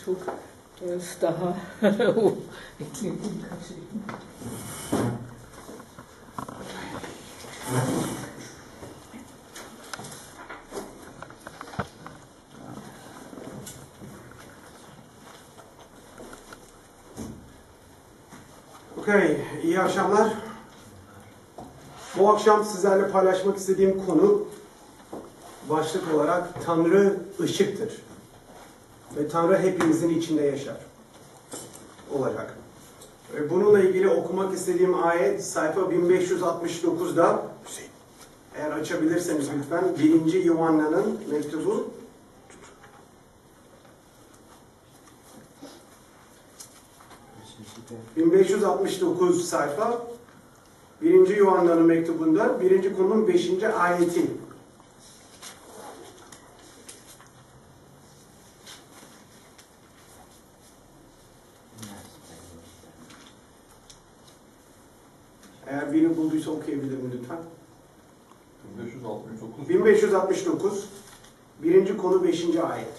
çok daha eklediğim birkaç şey. Okay, iyi akşamlar. Bu akşam sizlerle paylaşmak istediğim konu başlık olarak Tanrı ışıktır. Ve Tanrı hepimizin içinde yaşar olacak. Ve bununla ilgili okumak istediğim ayet sayfa 1569'da, eğer açabilirseniz lütfen, 1. Yuhanna'nın mektubu. ...1569 sayfa... ...1. Yuhanna'nın mektubunda... ...1. konunun 5. ayeti. Eğer biri bulduysa okuyabilir mi lütfen? 1569. 1569... ...1. konu 5. ayet.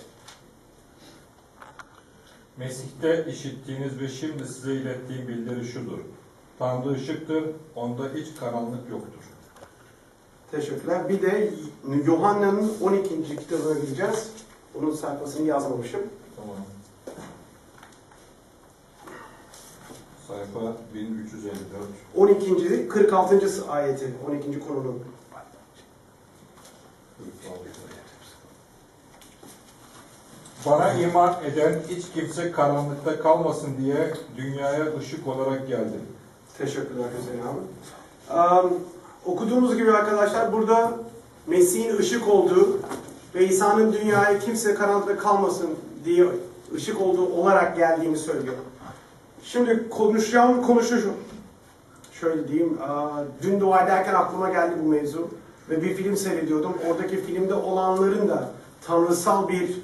Mesih'te işittiğiniz ve şimdi size ilettiğim bildiri şudur. Tanrı ışıktır, onda hiç karanlık yoktur. Teşekkürler. Bir de Yuhanna'nın 12. kitabına gireceğiz. Onun sayfasını yazmamışım. Tamam. Sayfa 1354. 12. 46. ayeti. 12. konunun. 46. Bana iman eden hiç kimse karanlıkta kalmasın diye dünyaya ışık olarak geldim. Teşekkürler Hüseyin abi. Okuduğumuz gibi arkadaşlar burada Mesih'in ışık olduğu ve İsa'nın dünyaya kimse karanlıkta kalmasın diye ışık olduğu olarak geldiğini söylüyor. Şimdi konuşacağım konu şu. Şöyle diyeyim. Dün dua ederken aklıma geldi bu mevzu. Ve bir film seyrediyordum. Oradaki filmde olanların da tanrısal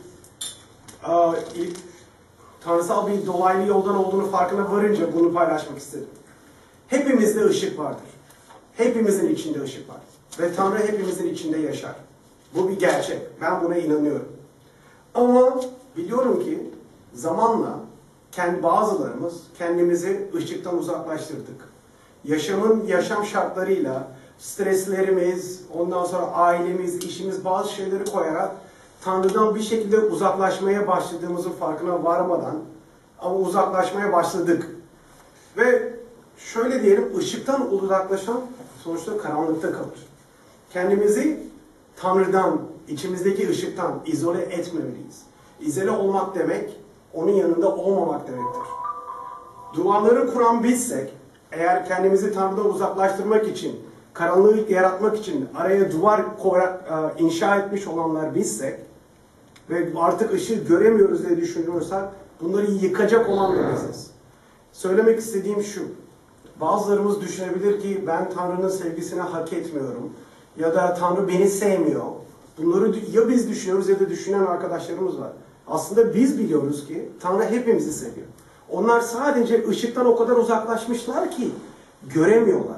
bir dolaylı yoldan olduğunu farkına varınca bunu paylaşmak istedim. Hepimizde ışık vardır. Hepimizin içinde ışık var. Ve Tanrı hepimizin içinde yaşar. Bu bir gerçek. Ben buna inanıyorum. Ama biliyorum ki zamanla bazılarımız kendimizi ışıktan uzaklaştırdık. Yaşam şartlarıyla streslerimiz, ondan sonra ailemiz, işimiz bazı şeyleri koyarak Tanrı'dan bir şekilde uzaklaşmaya başladığımızın farkına varmadan ama uzaklaşmaya başladık. Ve şöyle diyelim, ışıktan uzaklaşan sonuçta karanlıkta kalır. Kendimizi Tanrı'dan, içimizdeki ışıktan izole etmemeliyiz. İzole olmak demek, onun yanında olmamak demektir. Duvarları kuran bizsek, eğer kendimizi Tanrı'dan uzaklaştırmak için, karanlığı yaratmak için araya duvar inşa etmiş olanlar bizsek ve artık ışığı göremiyoruz diye düşünüyorsak, bunları yıkacak olan da biziz. Söylemek istediğim şu, bazılarımız düşünebilir ki ben Tanrı'nın sevgisini hak etmiyorum ya da Tanrı beni sevmiyor. Bunları ya biz düşünüyoruz ya da düşünen arkadaşlarımız var. Aslında biz biliyoruz ki Tanrı hepimizi seviyor. Onlar sadece ışıktan o kadar uzaklaşmışlar ki göremiyorlar.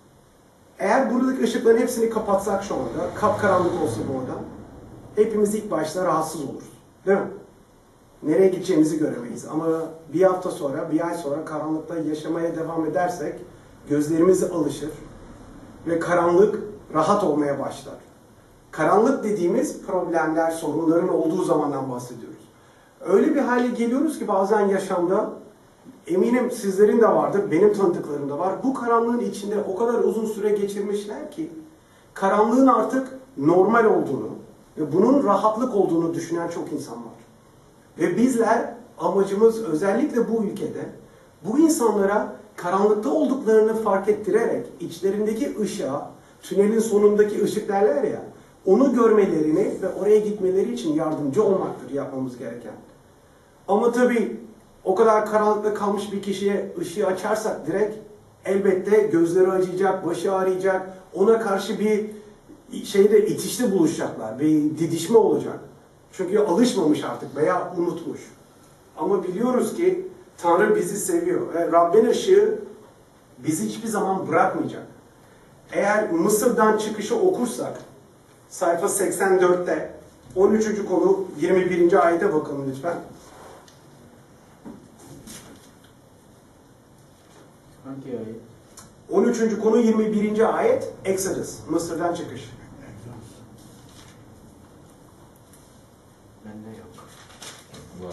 Eğer buradaki ışıkların hepsini kapatsak şu anda, kapkaranlık olsa bu oda, hepimiz ilk başta rahatsız oluruz. Değil mi? Nereye gideceğimizi göremeyiz. Ama bir hafta sonra, bir ay sonra karanlıkta yaşamaya devam edersek gözlerimiz alışır ve karanlık rahat olmaya başlar. Karanlık dediğimiz problemler, sorunların olduğu zamandan bahsediyoruz. Öyle bir hale geliyoruz ki bazen yaşamda, eminim sizlerin de vardır, benim tanıdıklarım da var. Bu karanlığın içinde o kadar uzun süre geçirmişler ki karanlığın artık normal olduğunu ve bunun rahatlık olduğunu düşünen çok insan var. Ve bizler amacımız özellikle bu ülkede bu insanlara karanlıkta olduklarını fark ettirerek içlerindeki ışığa, tünelin sonundaki ışık derler ya, onu görmelerini ve oraya gitmeleri için yardımcı olmaktır yapmamız gereken. Ama tabii o kadar karanlıkta kalmış bir kişiye ışığı açarsak direkt elbette gözleri acıyacak, başı ağrıyacak, ona karşı bir itişte buluşacaklar, bir didişme olacak. Çünkü alışmamış artık veya unutmuş. Ama biliyoruz ki Tanrı bizi seviyor. Ve Rabbin ışığı bizi hiçbir zaman bırakmayacak. Eğer Mısır'dan çıkışı okursak, sayfa 84'te 13. konu 21. ayete bakalım lütfen. Hangi ayet? 13. konu 21. ayet Exodus, Mısır'dan çıkış. Bende yok. Var.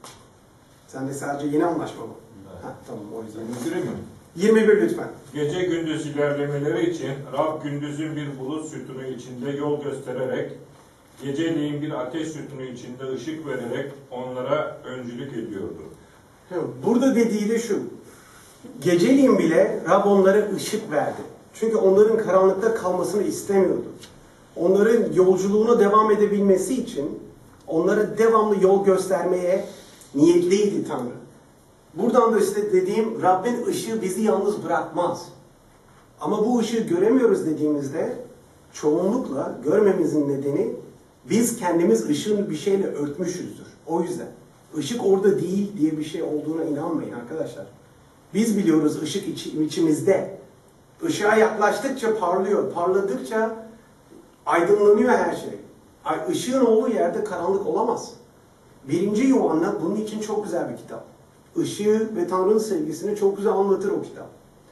Sende sadece yeni anlaşma bu. Evet. Ha, tamam o yüzden. Müdürüm mü? 21 lütfen. Gece gündüz ilerlemeleri için Rab gündüzün bir bulut sütunu içinde yol göstererek, geceleyin bir ateş sütunu içinde ışık vererek onlara öncülük ediyordu. Burada dediği de şu. Geceliğin bile Rab onlara ışık verdi. Çünkü onların karanlıkta kalmasını istemiyordu. Onların yolculuğuna devam edebilmesi için onlara devamlı yol göstermeye niyetliydi Tanrı. Buradan da işte dediğim Rabbin ışığı bizi yalnız bırakmaz. Ama bu ışığı göremiyoruz dediğimizde çoğunlukla görmemizin nedeni biz kendimiz ışığını bir şeyle örtmüşüzdür. O yüzden ışık orada değil diye bir şey olduğuna inanmayın arkadaşlar. Biz biliyoruz ışık içimizde. Işığa yaklaştıkça parlıyor, parladıkça aydınlanıyor her şey. Işığın olduğu yerde karanlık olamaz. 1. Yuhanna bunun için çok güzel bir kitap. Işığı ve Tanrı'nın sevgisini çok güzel anlatır o kitap.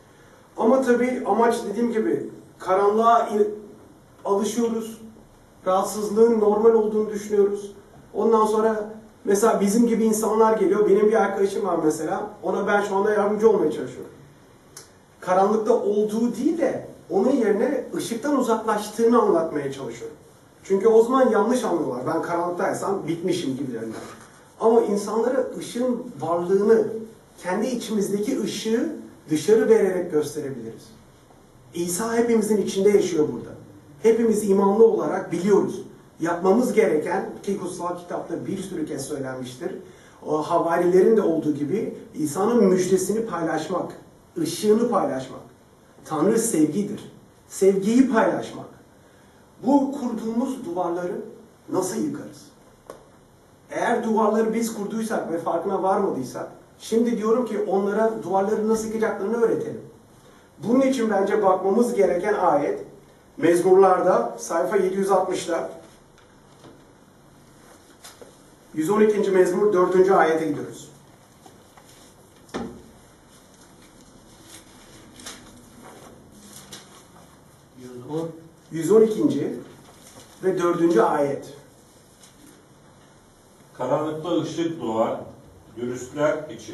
Ama tabii amaç dediğim gibi karanlığa alışıyoruz. Rahatsızlığın normal olduğunu düşünüyoruz. Ondan sonra mesela bizim gibi insanlar geliyor. Benim bir arkadaşım var mesela. Ona ben şu anda yardımcı olmaya çalışıyorum. Karanlıkta olduğu değil de onun yerine ışıktan uzaklaştığını anlatmaya çalışıyorum. Çünkü o zaman yanlış anlıyorlar. Ben karanlıktaysam bitmişim gibilerinden. Ama insanlara ışığın varlığını, kendi içimizdeki ışığı dışarı vererek gösterebiliriz. İsa hepimizin içinde yaşıyor burada. Hepimiz imanlı olarak biliyoruz. Yapmamız gereken, ki kutsal kitapta bir sürü kez söylenmiştir, o havarilerin de olduğu gibi İsa'nın müjdesini paylaşmak, ışığını paylaşmak. Tanrı sevgidir. Sevgiyi paylaşmak. Bu kurduğumuz duvarları nasıl yıkarız? Eğer duvarları biz kurduysak ve farkına varmadıysak, şimdi diyorum ki onlara duvarları nasıl yıkacaklarını öğretelim. Bunun için bence bakmamız gereken ayet, Mezmurlarda, sayfa 760'da, 112. mezmur 4. ayete gidiyoruz. O 112. ve 4. ayet. Karanlıkta ışık doğar, dürüstler için.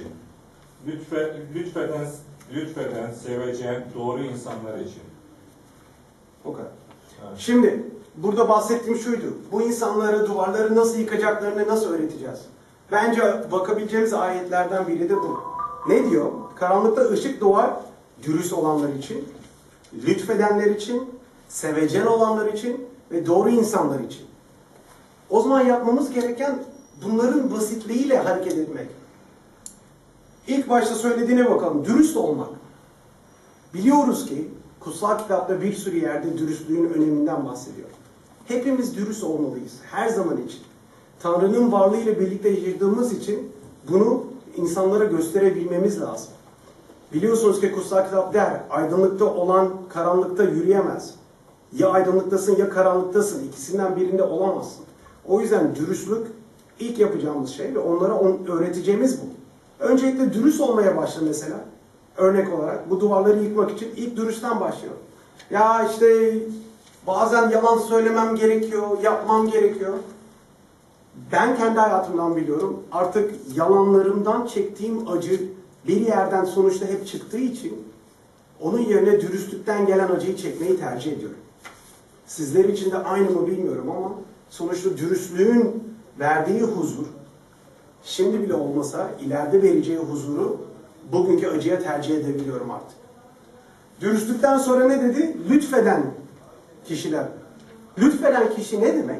Lütfeden, sevecen, doğru insanlar için. O kadar. Evet. Şimdi burada bahsettiğim şuydu. Bu insanlara duvarları nasıl yıkacaklarını nasıl öğreteceğiz? Bence bakabileceğimiz ayetlerden biri de bu. Ne diyor? Karanlıkta ışık doğar dürüst olanlar için, lütfedenler için, sevecen olanlar için ve doğru insanlar için. O zaman yapmamız gereken bunların basitliğiyle hareket etmek. İlk başta söylediğine bakalım. Dürüst olmak. Biliyoruz ki kutsal kitapta bir sürü yerde dürüstlüğün öneminden bahsediyor. Hepimiz dürüst olmalıyız. Her zaman için. Tanrı'nın varlığıyla birlikte yaşadığımız için bunu insanlara gösterebilmemiz lazım. Biliyorsunuz ki kutsal kitap der, aydınlıkta olan karanlıkta yürüyemez. Ya aydınlıktasın ya karanlıktasın. İkisinden birinde olamazsın. O yüzden dürüstlük ilk yapacağımız şey ve onlara öğreteceğimiz bu. Öncelikle dürüst olmaya başla mesela. Örnek olarak bu duvarları yıkmak için ilk dürüstten başlıyor. Ya işte bazen yalan söylemem gerekiyor, yapmam gerekiyor. Ben kendi hayatımdan biliyorum. Artık yalanlarımdan çektiğim acı bir yerden sonuçta hep çıktığı için onun yerine dürüstlükten gelen acıyı çekmeyi tercih ediyorum. Sizler için de aynı mı bilmiyorum ama sonuçta dürüstlüğün verdiği huzur şimdi bile olmasa ileride vereceği huzuru bugünkü acıya tercih edebiliyorum artık. Dürüstlükten sonra ne dedi? Lütfeden kişiler. Lütfeden kişi ne demek?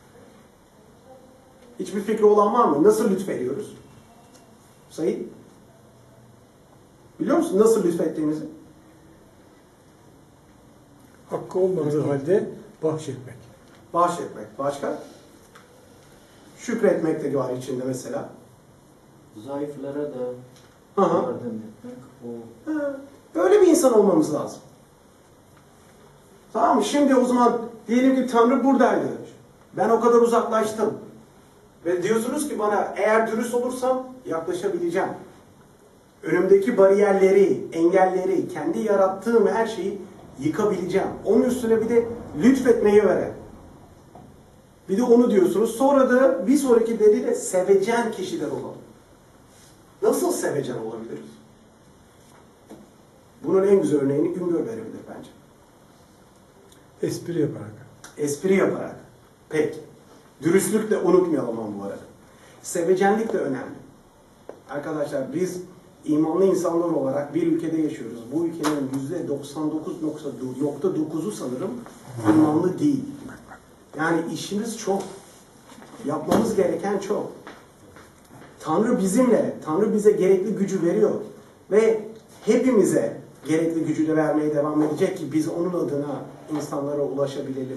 Hiçbir fikri olan var mı? Nasıl lütfediyoruz? Sayın? Biliyor musun nasıl lütfettiğimizi? Hakkı olmadığı halde bahşetmek. Bahşetmek. Başka? Şükretmek de var içinde mesela. zayıflara da Aha. yardım etmek. O Böyle bir insan olmamız lazım. Tamam mı? Şimdi o zaman diyelim ki Tanrı buradaydı. Ben o kadar uzaklaştım. Ve diyorsunuz ki bana eğer dürüst olursam yaklaşabileceğim. Önümdeki bariyerleri, engelleri, kendi yarattığım her şeyi yıkabileceğim. Onun üstüne bir de lütfetmeyi veren. Bir de onu diyorsunuz. Sonra da bir sonraki dediği de sevecen kişiler olalım. Nasıl sevecen olabiliriz? Bunun en güzel örneğini Güngör verebilir bence. Espri yaparak. Espri yaparak. Peki. Dürüstlük de unutmayalım ama bu arada. Sevecenlik de önemli. Arkadaşlar biz imanlı insanlar olarak bir ülkede yaşıyoruz. Bu ülkenin %99.9'u sanırım imanlı değil. Yani işimiz çok. Yapmamız gereken çok. Tanrı bizimle. Tanrı bize gerekli gücü veriyor. Ve hepimize gerekli gücü de vermeye devam edecek ki biz onun adına insanlara ulaşabilelim.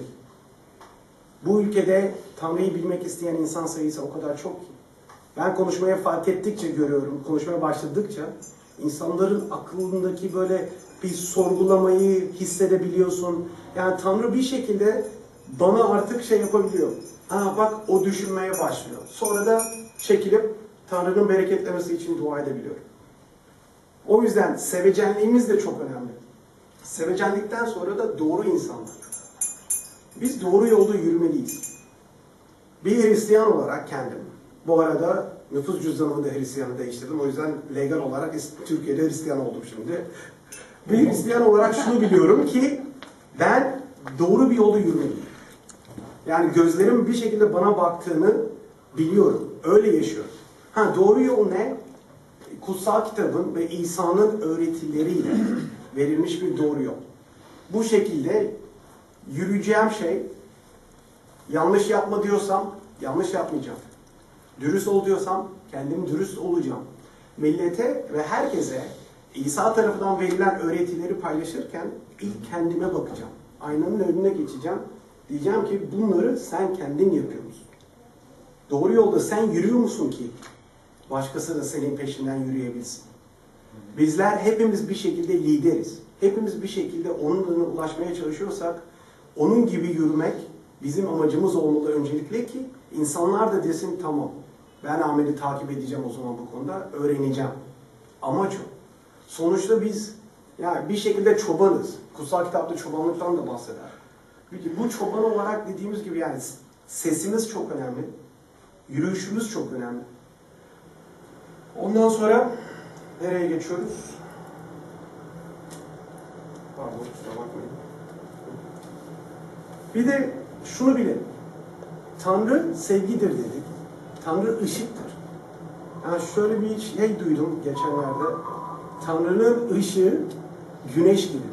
Bu ülkede Tanrı'yı bilmek isteyen insan sayısı o kadar çok ki. Ben konuşmaya fark ettikçe görüyorum, konuşmaya başladıkça insanların aklındaki böyle bir sorgulamayı hissedebiliyorsun. Yani Tanrı bir şekilde bana artık şey yapabiliyor. Bak o düşünmeye başlıyor. Sonra da çekilip Tanrı'nın bereketlemesi için dua edebiliyorum. O yüzden sevecenliğimiz de çok önemli. Sevecenlikten sonra da doğru insanlar. Biz doğru yolda yürümeliyiz. Bir Hristiyan olarak kendim. Bu arada nüfus cüzdanımı da Hristiyan'ı değiştirdim. O yüzden legal olarak Türkiye'de Hristiyan oldum şimdi. Bir Hristiyan olarak şunu biliyorum ki ben doğru bir yolda yürümeliyim. Yani gözlerim bir şekilde bana baktığını biliyorum. Öyle yaşıyorum. Doğru yol ne? Kutsal kitabın ve İsa'nın öğretileriyle verilmiş bir doğru yol. Bu şekilde yürüyeceğim şey, yanlış yapma diyorsam yanlış yapmayacağım. Dürüst ol diyorsam kendim dürüst olacağım. Millete ve herkese İsa tarafından verilen öğretileri paylaşırken ilk kendime bakacağım. Aynanın önüne geçeceğim. Diyeceğim ki bunları sen kendin yapıyor musun? Doğru yolda sen yürüyor musun ki başkası da senin peşinden yürüyebilsin? Bizler hepimiz bir şekilde lideriz. Hepimiz bir şekilde onunla ulaşmaya çalışıyorsak onun gibi yürümek bizim amacımız olmalı öncelikle ki insanlar da desin tamam ben Ahmet'i takip edeceğim o zaman bu konuda öğreneceğim. Amaç o. Sonuçta biz yani bir şekilde çobanız. Kutsal kitapta çobanlıktan da bahseder. Bu çoban olarak dediğimiz gibi yani sesimiz çok önemli. Yürüyüşümüz çok önemli. Ondan sonra nereye geçiyoruz? Pardon, kusura bakmayın. Bir de şunu bilelim. Tanrı sevgidir dedik. Tanrı ışıktır. Yani şöyle bir şey duydum geçenlerde. Tanrı'nın ışığı güneş gibidir.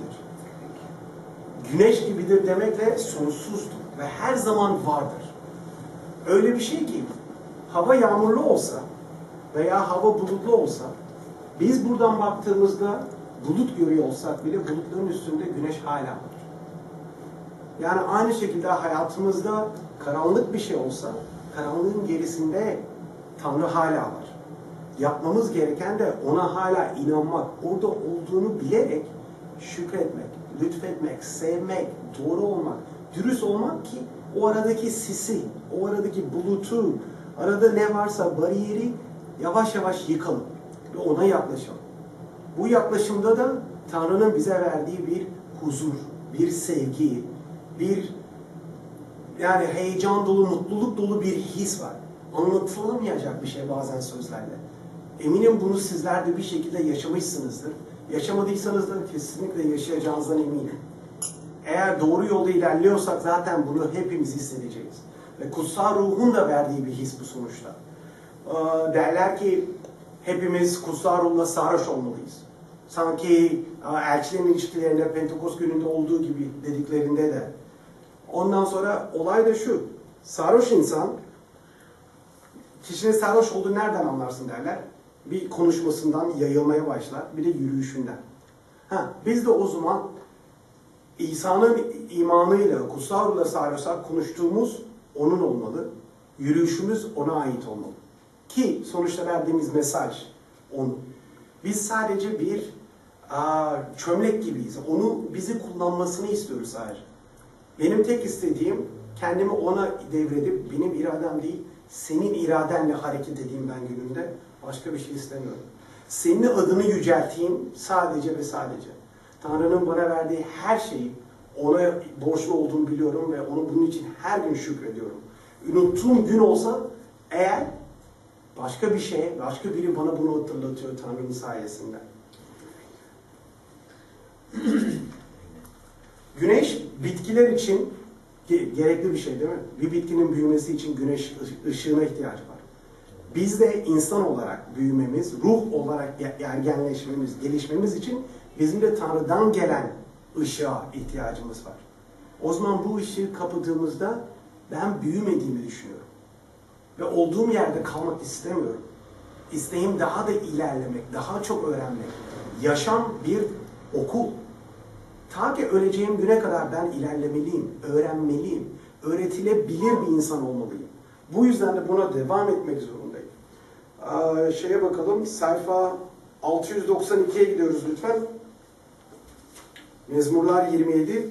Güneş gibidir demekle sonsuzdur ve her zaman vardır. Öyle bir şey ki hava yağmurlu olsa veya hava bulutlu olsa biz buradan baktığımızda bulut görüyor olsak bile bulutların üstünde güneş hala var. Yani aynı şekilde hayatımızda karanlık bir şey olsa karanlığın gerisinde Tanrı hala var. Yapmamız gereken de ona hala inanmak, orada olduğunu bilerek şükretmek, lütfetmek, sevmek, doğru olmak, dürüst olmak ki o aradaki sisi, o aradaki bulutu, arada ne varsa bariyeri yavaş yavaş yıkalım ve ona yaklaşalım. Bu yaklaşımda da Tanrı'nın bize verdiği bir huzur, bir sevgi, bir yani heyecan dolu, mutluluk dolu bir his var. Anlatılamayacak bir şey bazen sözlerle. Eminim bunu sizler de bir şekilde yaşamışsınızdır. Yaşamadıysanız da kesinlikle yaşayacağınızdan eminim. Eğer doğru yolda ilerliyorsak zaten bunu hepimiz hissedeceğiz. Ve kutsal ruhun da verdiği bir his bu sonuçta. Derler ki hepimiz kutsal ruhla sarhoş olmalıyız. Sanki elçilerin ilişkilerinde Pentekost gününde olduğu gibi dediklerinde de. Ondan sonra olay da şu. Sarhoş insan, kişinin sarhoş olduğunu nereden anlarsın derler. Bir konuşmasından yayılmaya başlar. Bir de yürüyüşünden. Biz de o zaman İsa'nın imanıyla, kutsal ruhla sarhoşsak konuştuğumuz onun olmalı. Yürüyüşümüz ona ait olmalı. Ki sonuçta verdiğimiz mesaj onun. Biz sadece bir çömlek gibiyiz. Onu bizi kullanmasını istiyoruz sadece. Benim tek istediğim kendimi ona devredip benim iradem değil, senin iradenle hareket edeyim ben günümde. Başka bir şey istemiyorum. Senin adını yücelteyim sadece ve sadece. Tanrı'nın bana verdiği her şeyi ona borçlu olduğumu biliyorum ve onu bunun için her gün şükrediyorum. Unuttuğum gün olsa eğer başka bir şey, başka biri bana bunu hatırlatıyor Tanrı'nın sayesinde. Güneş bitkiler için gerekli bir şey değil mi? Bir bitkinin büyümesi için güneş ışığına ihtiyacı var. Biz de insan olarak büyümemiz, ruh olarak ergenleşmemiz, gelişmemiz için bizim de Tanrı'dan gelen ışığa ihtiyacımız var. O zaman bu ışığı kapadığımızda ben büyümediğimi düşünüyorum. Ve olduğum yerde kalmak istemiyorum. İsteğim daha da ilerlemek, daha çok öğrenmek. Yaşam bir okul. Ta ki öleceğim güne kadar ben ilerlemeliyim, öğrenmeliyim, öğretilebilir bir insan olmalıyım. Bu yüzden de buna devam etmek zorundayım. Şeye bakalım, sayfa 692'ye gidiyoruz lütfen. Mezmurlar 27.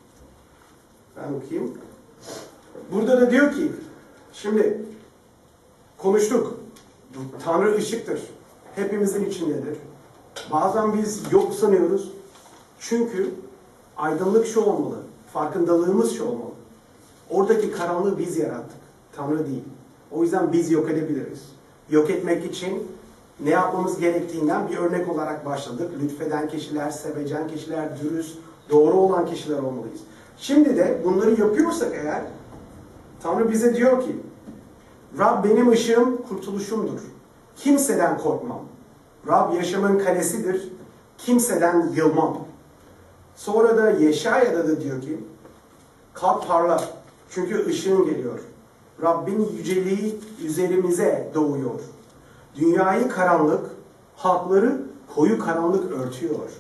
Ben okuyayım. Burada da diyor ki, şimdi konuştuk. Tanrı ışıktır. Hepimizin içindedir. Bazen biz yok sanıyoruz. Çünkü aydınlık şu olmalı. Farkındalığımız şu olmalı. Oradaki karanlığı biz yarattık. Tanrı değil. O yüzden biz yok edebiliriz. Yok etmek için ne yapmamız gerektiğinden bir örnek olarak başladık. Lütfeden kişiler, sevecen kişiler, dürüst, doğru olan kişiler olmalıyız. Şimdi de bunları yapıyorsak eğer, Tanrı bize diyor ki, Rab benim ışığım, kurtuluşumdur. Kimseden korkmam. Rab yaşamın kalesidir. Kimseden yılmam. Sonra da Yeşaya'da da diyor ki, kalk parla. Çünkü ışığın geliyor. Rabbin yüceliği üzerimize doğuyor. Dünyayı karanlık, halkları koyu karanlık örtüyor.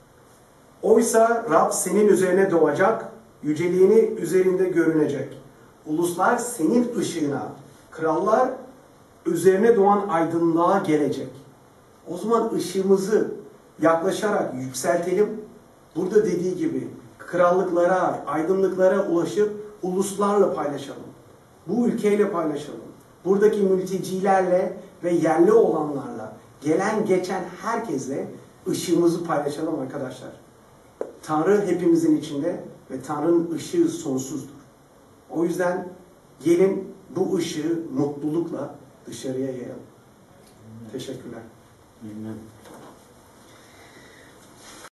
Oysa Rab senin üzerine doğacak, yüceliğini üzerinde görünecek. Uluslar senin ışığına, krallar üzerine doğan aydınlığa gelecek. O zaman ışığımızı yaklaşarak yükseltelim. Burada dediği gibi krallıklara, aydınlıklara ulaşıp uluslarla paylaşalım. Bu ülkeyle paylaşalım. Buradaki mültecilerle ve yerli olanlarla, gelen geçen herkesle ışığımızı paylaşalım arkadaşlar. Tanrı hepimizin içinde ve Tanrı'nın ışığı sonsuzdur. O yüzden gelin bu ışığı mutlulukla dışarıya yayalım. Teşekkürler. Amen.